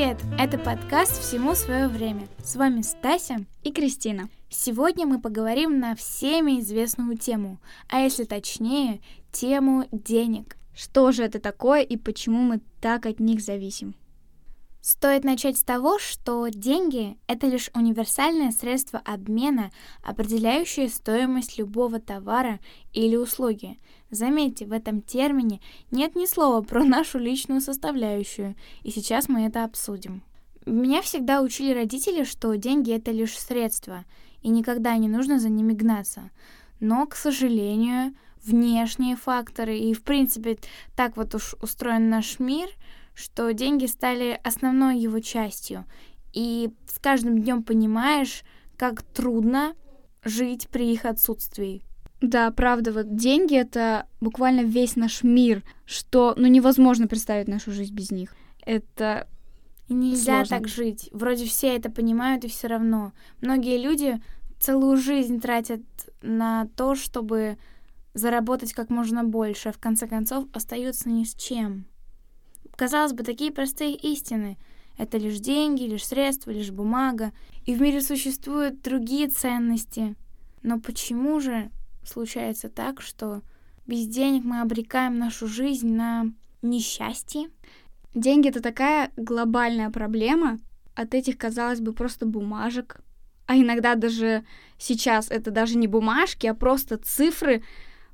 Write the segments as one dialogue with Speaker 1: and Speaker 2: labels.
Speaker 1: Привет! Это подкаст «Всему свое время». С вами Стася
Speaker 2: и Кристина.
Speaker 1: Сегодня мы поговорим на всеми известную тему, а если точнее, тему денег.
Speaker 2: Что же это такое и почему мы так от них зависим?
Speaker 1: Стоит начать с того, что деньги — это лишь универсальное средство обмена, определяющее стоимость любого товара или услуги. Заметьте, в этом термине нет ни слова про нашу личную составляющую, и сейчас мы это обсудим. Меня всегда учили родители, что деньги — это лишь средства, и никогда не нужно за ними гнаться. Но, к сожалению, внешние факторы и, в принципе, так вот уж устроен наш мир, что деньги стали основной его частью. И с каждым днем понимаешь, как трудно жить при их отсутствии.
Speaker 2: Да, правда, вот деньги — это буквально весь наш мир, что невозможно представить нашу жизнь без них. Это
Speaker 1: и нельзя
Speaker 2: сложно.
Speaker 1: Так жить. Вроде все это понимают, и все равно. Многие люди целую жизнь тратят на то, чтобы заработать как можно больше, а в конце концов остаются ни с чем. Казалось бы, такие простые истины. Это лишь деньги, лишь средства, лишь бумага. И в мире существуют другие ценности. Но почему же случается так, что без денег мы обрекаем нашу жизнь на несчастье?
Speaker 2: Деньги — это такая глобальная проблема. От этих, казалось бы, просто бумажек. А иногда даже сейчас это даже не бумажки, а просто цифры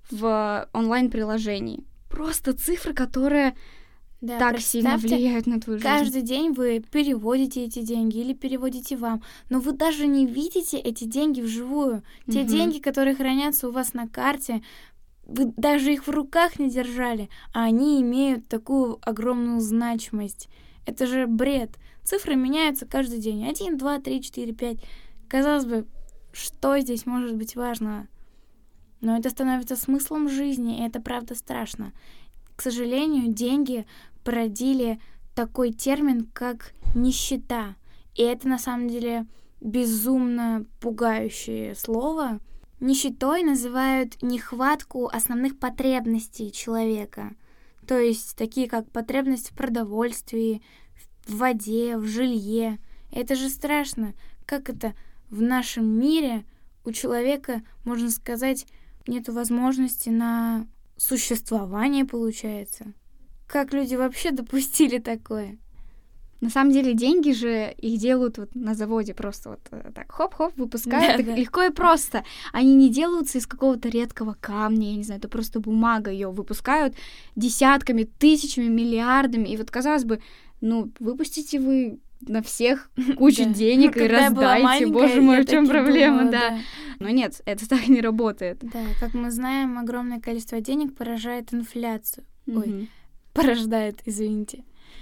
Speaker 2: в онлайн-приложении. Просто цифры, которые так сильно влияют на твою жизнь.
Speaker 1: Каждый день вы переводите эти деньги или переводите вам, но вы даже не видите эти деньги вживую. Те деньги, которые хранятся у вас на карте, вы даже их в руках не держали, а они имеют такую огромную значимость. Это же бред. Цифры меняются каждый день. 1, 2, 3, 4, 5. Казалось бы, что здесь может быть важного? Но это становится смыслом жизни, и это правда страшно. К сожалению, деньги породили такой термин, как нищета. И это на самом деле безумно пугающее слово. Нищетой называют нехватку основных потребностей человека. То есть такие как потребность в продовольствии, в воде, в жилье. Это же страшно. Как это в нашем мире у человека, можно сказать, нет возможности на существование, получается. Как люди вообще допустили такое?
Speaker 2: На самом деле деньги же их делают вот на заводе, просто вот так хоп-хоп выпускают,
Speaker 1: Да.
Speaker 2: легко и просто. Они не делаются из какого-то редкого камня, я не знаю, это просто бумага, ее выпускают десятками, тысячами, миллиардами. И вот, казалось бы, выпустите вы на всех кучу денег и раздайте. Боже мой, в чем проблема, да. Но нет, это так не работает.
Speaker 1: Да, как мы знаем, огромное количество денег порождает инфляцию. Порождает, извините.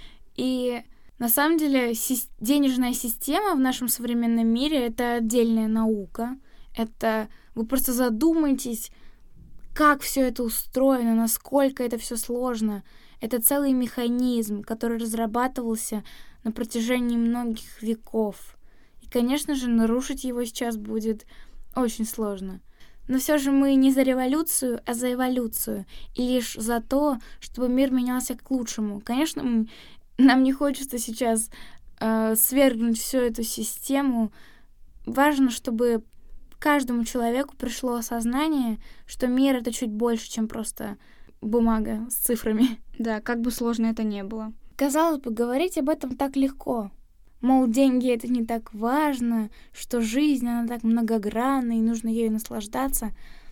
Speaker 1: И на самом деле денежная система в нашем современном мире — это отдельная наука. Это вы просто задумайтесь, как все это устроено, насколько это все сложно. Это целый механизм, который разрабатывался на протяжении многих веков. И, конечно же, нарушить его сейчас будет очень сложно. Но все же мы не за революцию, а за эволюцию. И лишь за то, чтобы мир менялся к лучшему. Конечно, нам не хочется сейчас свергнуть всю эту систему. Важно, чтобы каждому человеку пришло осознание, что мир — это чуть больше, чем просто бумага с цифрами.
Speaker 2: Да, как бы сложно это ни было.
Speaker 1: Казалось бы, говорить об этом так легко. Мол, деньги — это не так важно, что жизнь, она так многогранна, и нужно ею наслаждаться.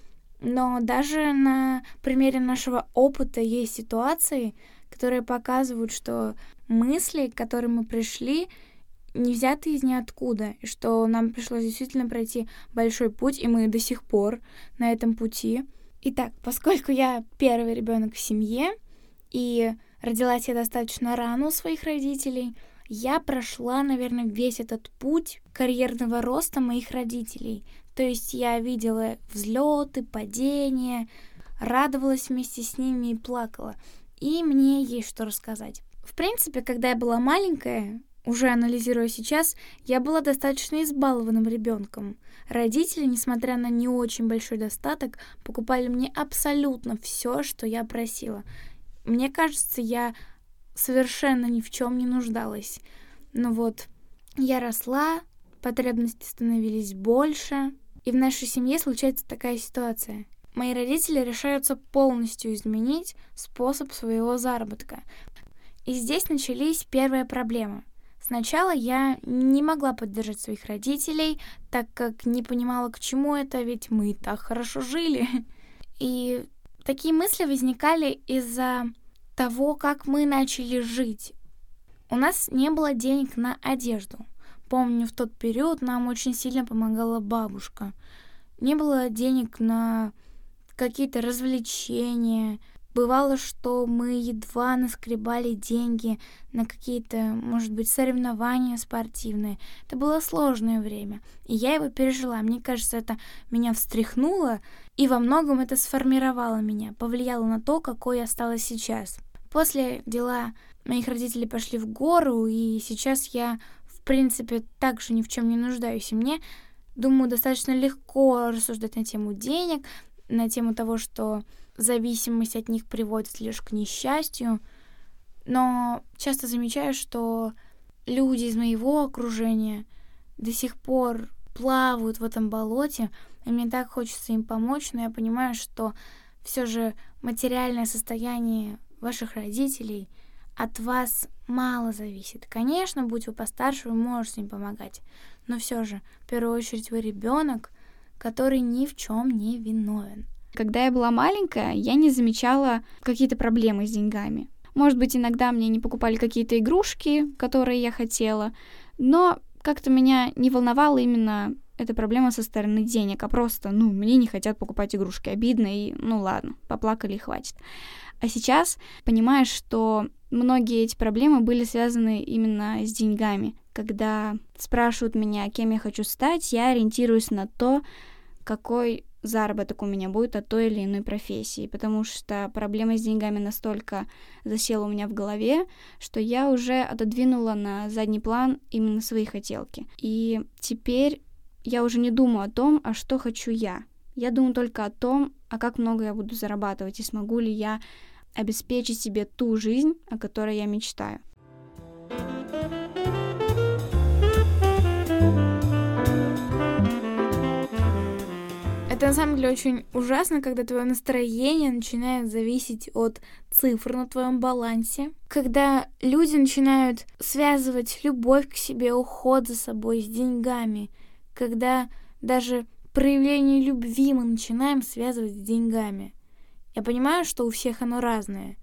Speaker 1: Но даже на примере нашего опыта есть ситуации, которые показывают, что мысли, к которым мы пришли, не взяты из ниоткуда, и что нам пришлось действительно пройти большой путь, и мы до сих пор на этом пути. Итак, поскольку я первый ребенок в семье, и родилась я достаточно рано у своих родителей, я прошла, наверное, весь этот путь карьерного роста моих родителей. То есть я видела взлеты, падения, радовалась вместе с ними и плакала. И мне есть что рассказать. В принципе, когда я была маленькая, уже анализируя сейчас, я была достаточно избалованным ребенком. Родители, несмотря на не очень большой достаток, покупали мне абсолютно все, что я просила. Мне кажется, я совершенно ни в чем не нуждалась. Но вот я росла, потребности становились больше, и в нашей семье случается такая ситуация. Мои родители решаются полностью изменить способ своего заработка. И здесь начались первые проблемы. Сначала я не могла поддержать своих родителей, так как не понимала, к чему это, ведь мы и так хорошо жили. И такие мысли возникали из-за того, как мы начали жить. У нас не было денег на одежду. Помню, в тот период нам очень сильно помогала бабушка. Не было денег на какие-то развлечения. Бывало, что мы едва наскребали деньги на какие-то, может быть, соревнования спортивные. Это было сложное время, и я его пережила. Мне кажется, это меня встряхнуло, и во многом это сформировало меня, повлияло на то, какой я стала сейчас. После дела моих родителей пошли в гору, и сейчас я, в принципе, также ни в чем не нуждаюсь. И мне, думаю, достаточно легко рассуждать на тему денег, на тему того, что зависимость от них приводит лишь к несчастью. Но часто замечаю, что люди из моего окружения до сих пор плавают в этом болоте, и мне так хочется им помочь, но я понимаю, что все же материальное состояние ваших родителей от вас мало зависит. Конечно, будь вы постарше, вы можете им помогать, но все же, в первую очередь, вы ребенок, который ни в чем не виновен.
Speaker 2: Когда я была маленькая, я не замечала какие-то проблемы с деньгами. Может быть, иногда мне не покупали какие-то игрушки, которые я хотела, но как-то меня не волновала именно эта проблема со стороны денег, а просто, мне не хотят покупать игрушки, обидно, и, ладно, поплакали и хватит. А сейчас понимаешь, что многие эти проблемы были связаны именно с деньгами. Когда спрашивают меня, кем я хочу стать, я ориентируюсь на то, какой заработок у меня будет от той или иной профессии, потому что проблема с деньгами настолько засела у меня в голове, что я уже отодвинула на задний план именно свои хотелки. И теперь я уже не думаю о том, а что хочу я. Я думаю только о том, а как много я буду зарабатывать, и смогу ли я обеспечить себе ту жизнь, о которой я мечтаю.
Speaker 1: Это на самом деле очень ужасно, когда твое настроение начинает зависеть от цифр на твоем балансе, когда люди начинают связывать любовь к себе, уход за собой с деньгами, когда даже проявление любви мы начинаем связывать с деньгами. Я понимаю, что у всех оно разное,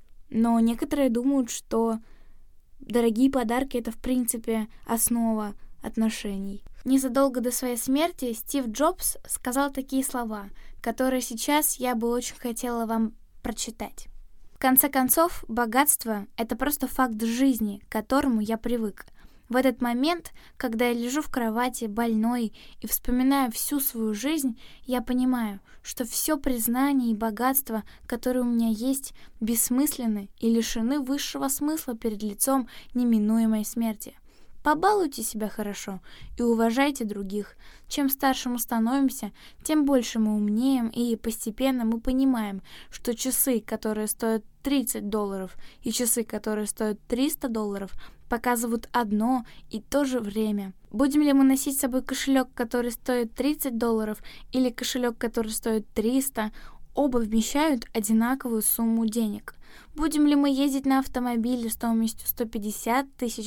Speaker 1: но некоторые думают, что дорогие подарки — это, в принципе, основа отношений. Незадолго до своей смерти Стив Джобс сказал такие слова, которые сейчас я бы очень хотела вам прочитать. В конце концов, богатство — это просто факт жизни, к которому я привык. В этот момент, когда я лежу в кровати больной и вспоминаю всю свою жизнь, я понимаю, что все признание и богатство, которые у меня есть, бессмысленны и лишены высшего смысла перед лицом неминуемой смерти. Побалуйте себя хорошо и уважайте других. Чем старше мы становимся, тем больше мы умнеем, и постепенно мы понимаем, что часы, которые стоят $30, и часы, которые стоят $300, показывают одно и то же время. Будем ли мы носить с собой кошелек, который стоит $30, или кошелек, который стоит 300, оба вмещают одинаковую сумму денег. Будем ли мы ездить на автомобиле стоимостью $150 тысяч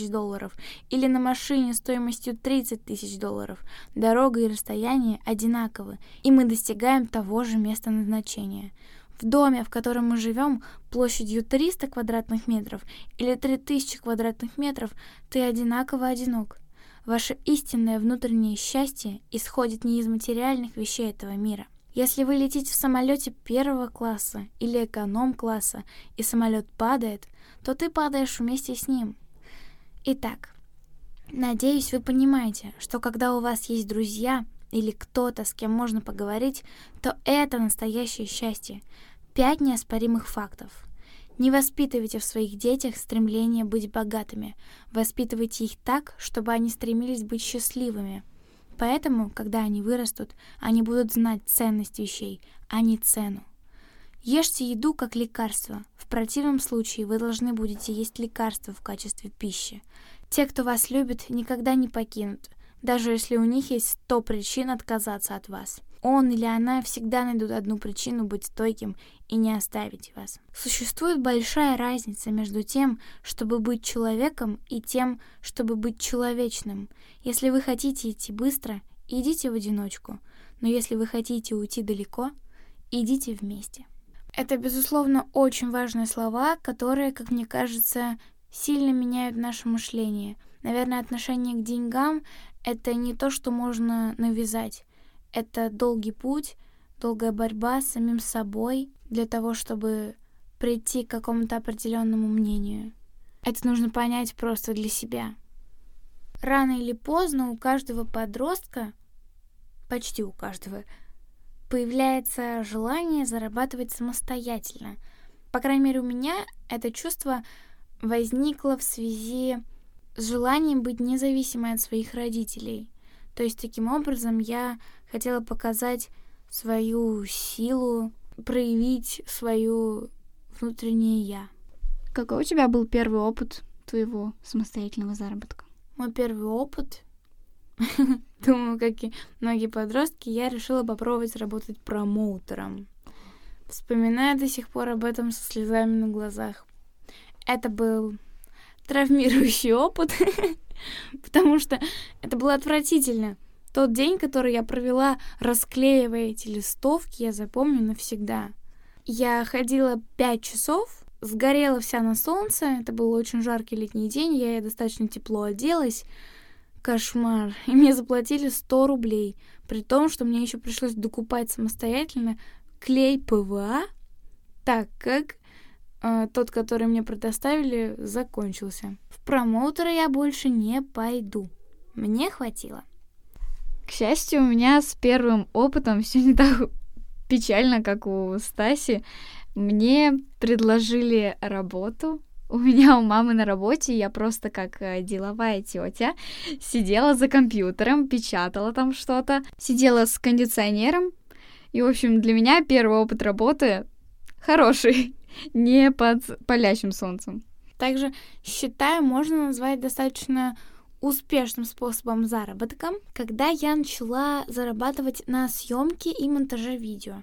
Speaker 1: или на машине стоимостью $30 тысяч, дорога и расстояние одинаковы, и мы достигаем того же места назначения. В доме, в котором мы живем, площадью 300 квадратных метров или 3000 квадратных метров, ты одинаково одинок. Ваше истинное внутреннее счастье исходит не из материальных вещей этого мира. Если вы летите в самолете первого класса или эконом-класса, и самолет падает, то ты падаешь вместе с ним. Итак, надеюсь, вы понимаете, что когда у вас есть друзья или кто-то, с кем можно поговорить, то это настоящее счастье. 5 неоспоримых фактов. Не воспитывайте в своих детях стремление быть богатыми. Воспитывайте их так, чтобы они стремились быть счастливыми. Поэтому, когда они вырастут, они будут знать ценность вещей, а не цену. Ешьте еду как лекарство. В противном случае вы должны будете есть лекарство в качестве пищи. Те, кто вас любит, никогда не покинут, даже если у них есть 100 причин отказаться от вас. Он или она всегда найдут одну причину быть стойким и не оставить вас. Существует большая разница между тем, чтобы быть человеком, и тем, чтобы быть человечным. Если вы хотите идти быстро, идите в одиночку. Но если вы хотите уйти далеко, идите вместе. Это, безусловно, очень важные слова, которые, как мне кажется, сильно меняют наше мышление. Наверное, отношение к деньгам — это не то, что можно навязать. Это долгий путь, долгая борьба с самим собой для того, чтобы прийти к какому-то определенному мнению. Это нужно понять просто для себя. Рано или поздно у каждого подростка, почти у каждого, появляется желание зарабатывать самостоятельно. По крайней мере, у меня это чувство возникло в связи с желанием быть независимой от своих родителей. То есть, таким образом, я хотела показать свою силу, проявить свое внутреннее «я».
Speaker 2: Какой у тебя был первый опыт твоего самостоятельного заработка?
Speaker 1: Мой первый опыт, думаю, как и многие подростки, я решила попробовать работать промоутером. Вспоминаю до сих пор об этом со слезами на глазах. Это был травмирующий опыт, потому что это было отвратительно. Тот день, который я провела, расклеивая эти листовки, я запомню навсегда. Я ходила 5 часов, сгорела вся на солнце, это был очень жаркий летний день, я достаточно тепло оделась. Кошмар. И мне заплатили 100 рублей, при том, что мне еще пришлось докупать самостоятельно клей ПВА, так как тот, который мне предоставили, закончился. В промоутера я больше не пойду. Мне хватило.
Speaker 2: К счастью, у меня с первым опытом все не так печально, как у Стаси. Мне предложили работу. У меня у мамы на работе, я просто как деловая тетя сидела за компьютером, печатала там что-то, сидела с кондиционером. И, в общем, для меня первый опыт работы хороший, не под палящим солнцем.
Speaker 1: Также, считаю, можно назвать достаточно успешным способом заработка, когда я начала зарабатывать на съемке и монтаже видео.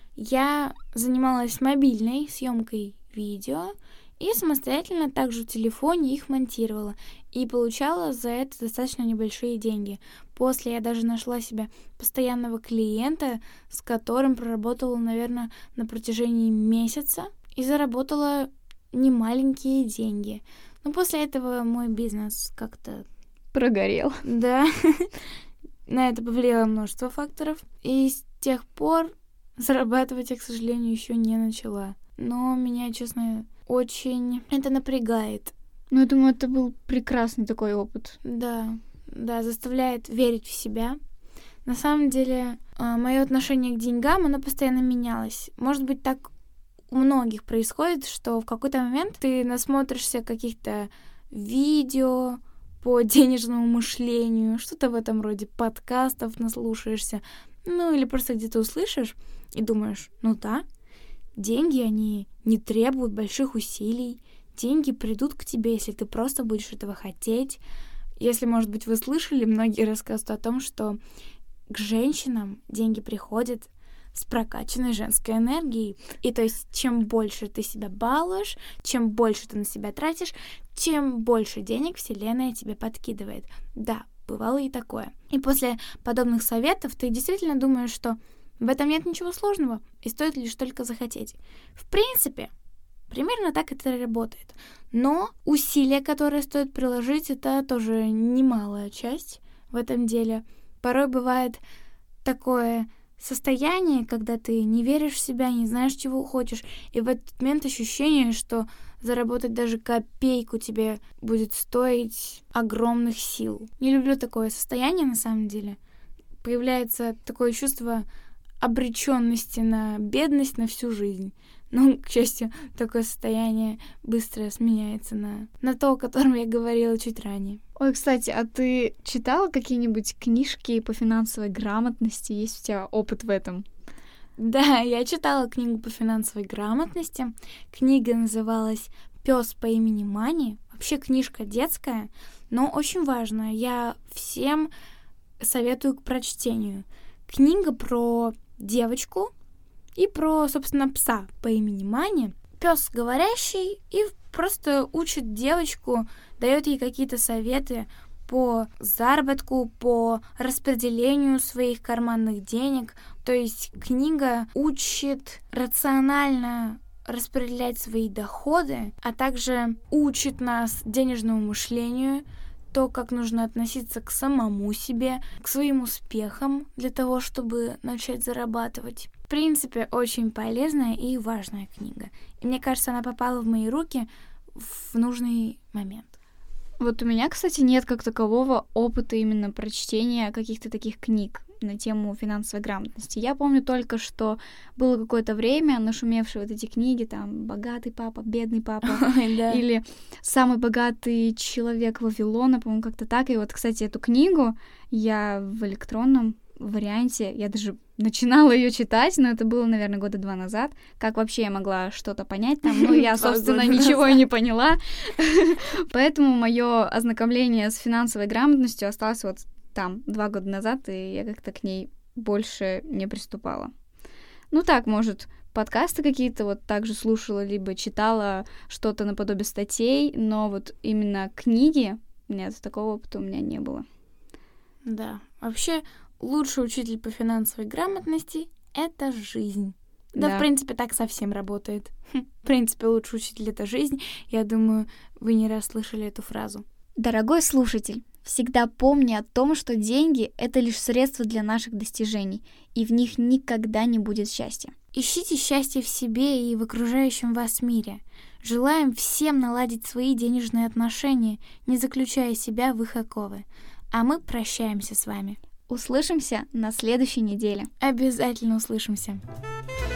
Speaker 1: Я занималась мобильной съемкой видео и самостоятельно также в телефоне их монтировала и получала за это достаточно небольшие деньги. После я даже нашла себе постоянного клиента, с которым проработала, наверное, на протяжении месяца и заработала немаленькие деньги. Но после этого мой бизнес как-то
Speaker 2: прогорел.
Speaker 1: Да, на это повлияло множество факторов. И с тех пор зарабатывать я, к сожалению, еще не начала. Но меня, честно, очень это напрягает.
Speaker 2: Ну, я думаю, это был прекрасный такой опыт.
Speaker 1: Да, заставляет верить в себя. На самом деле, мое отношение к деньгам, оно постоянно менялось. Может быть, так у многих происходит, что в какой-то момент ты насмотришься каких-то видео по денежному мышлению, что-то в этом роде, подкастов наслушаешься, ну или просто где-то услышишь и думаешь, ну да, деньги, они не требуют больших усилий, деньги придут к тебе, если ты просто будешь этого хотеть. Если, может быть, вы слышали, многие рассказывают о том, что к женщинам деньги приходят с прокачанной женской энергией. И то есть, чем больше ты себя балуешь, чем больше ты на себя тратишь, тем больше денег Вселенная тебе подкидывает. Да, бывало и такое. И после подобных советов ты действительно думаешь, что в этом нет ничего сложного, и стоит лишь только захотеть. В принципе, примерно так это и работает. Но усилия, которые стоит приложить, это тоже немалая часть в этом деле. Порой бывает такое состояние, когда ты не веришь в себя, не знаешь, чего хочешь, и в этот момент ощущение, что заработать даже копейку тебе будет стоить огромных сил. Не люблю такое состояние, на самом деле. Появляется такое чувство обреченности на бедность на всю жизнь. Но, к счастью, такое состояние быстро сменяется на то, о котором я говорила чуть ранее.
Speaker 2: Ой, кстати, а ты читала какие-нибудь книжки по финансовой грамотности? Есть у тебя опыт в этом?
Speaker 1: Да, я читала книгу по финансовой грамотности. Книга называлась «Пёс по имени Мани». Вообще книжка детская, но очень важная. Я всем советую к прочтению. Книга про девочку и про, собственно, пса по имени Мани. Пёс говорящий и просто учит девочку, дает ей какие-то советы по заработку, по распределению своих карманных денег. То есть книга учит рационально распределять свои доходы, а также учит нас денежному мышлению, то, как нужно относиться к самому себе, к своим успехам для того, чтобы начать зарабатывать. В принципе, очень полезная и важная книга. И мне кажется, она попала в мои руки в нужный момент.
Speaker 2: Вот у меня, кстати, нет как такового опыта именно прочтения каких-то таких книг на тему финансовой грамотности. Я помню только, что было какое-то время нашумевшие вот эти книги, там «Богатый папа», «Бедный папа», или «Самый богатый человек Вавилона», по-моему, как-то так. И вот, кстати, эту книгу я в электронном варианте, я даже начинала ее читать, но это было, наверное, 2 года назад. Как вообще я могла что-то понять там? Ну, я, собственно, ничего и не поняла. Поэтому мое ознакомление с финансовой грамотностью осталось вот там 2 года назад, и я как-то к ней больше не приступала. Ну так, может, подкасты какие-то вот так же слушала, либо читала что-то наподобие статей, но вот именно книги, нет, такого опыта у меня не было.
Speaker 1: Да, вообще лучший учитель по финансовой грамотности — это жизнь. Да, в принципе, так совсем работает. В принципе, лучший учитель — это жизнь. Я думаю, вы не раз слышали эту фразу.
Speaker 2: Дорогой слушатель, всегда помни о том, что деньги — это лишь средство для наших достижений, и в них никогда не будет счастья.
Speaker 1: Ищите счастье в себе и в окружающем вас мире. Желаем всем наладить свои денежные отношения, не заключая себя в их оковы. А мы прощаемся с вами.
Speaker 2: Услышимся на следующей неделе.
Speaker 1: Обязательно услышимся.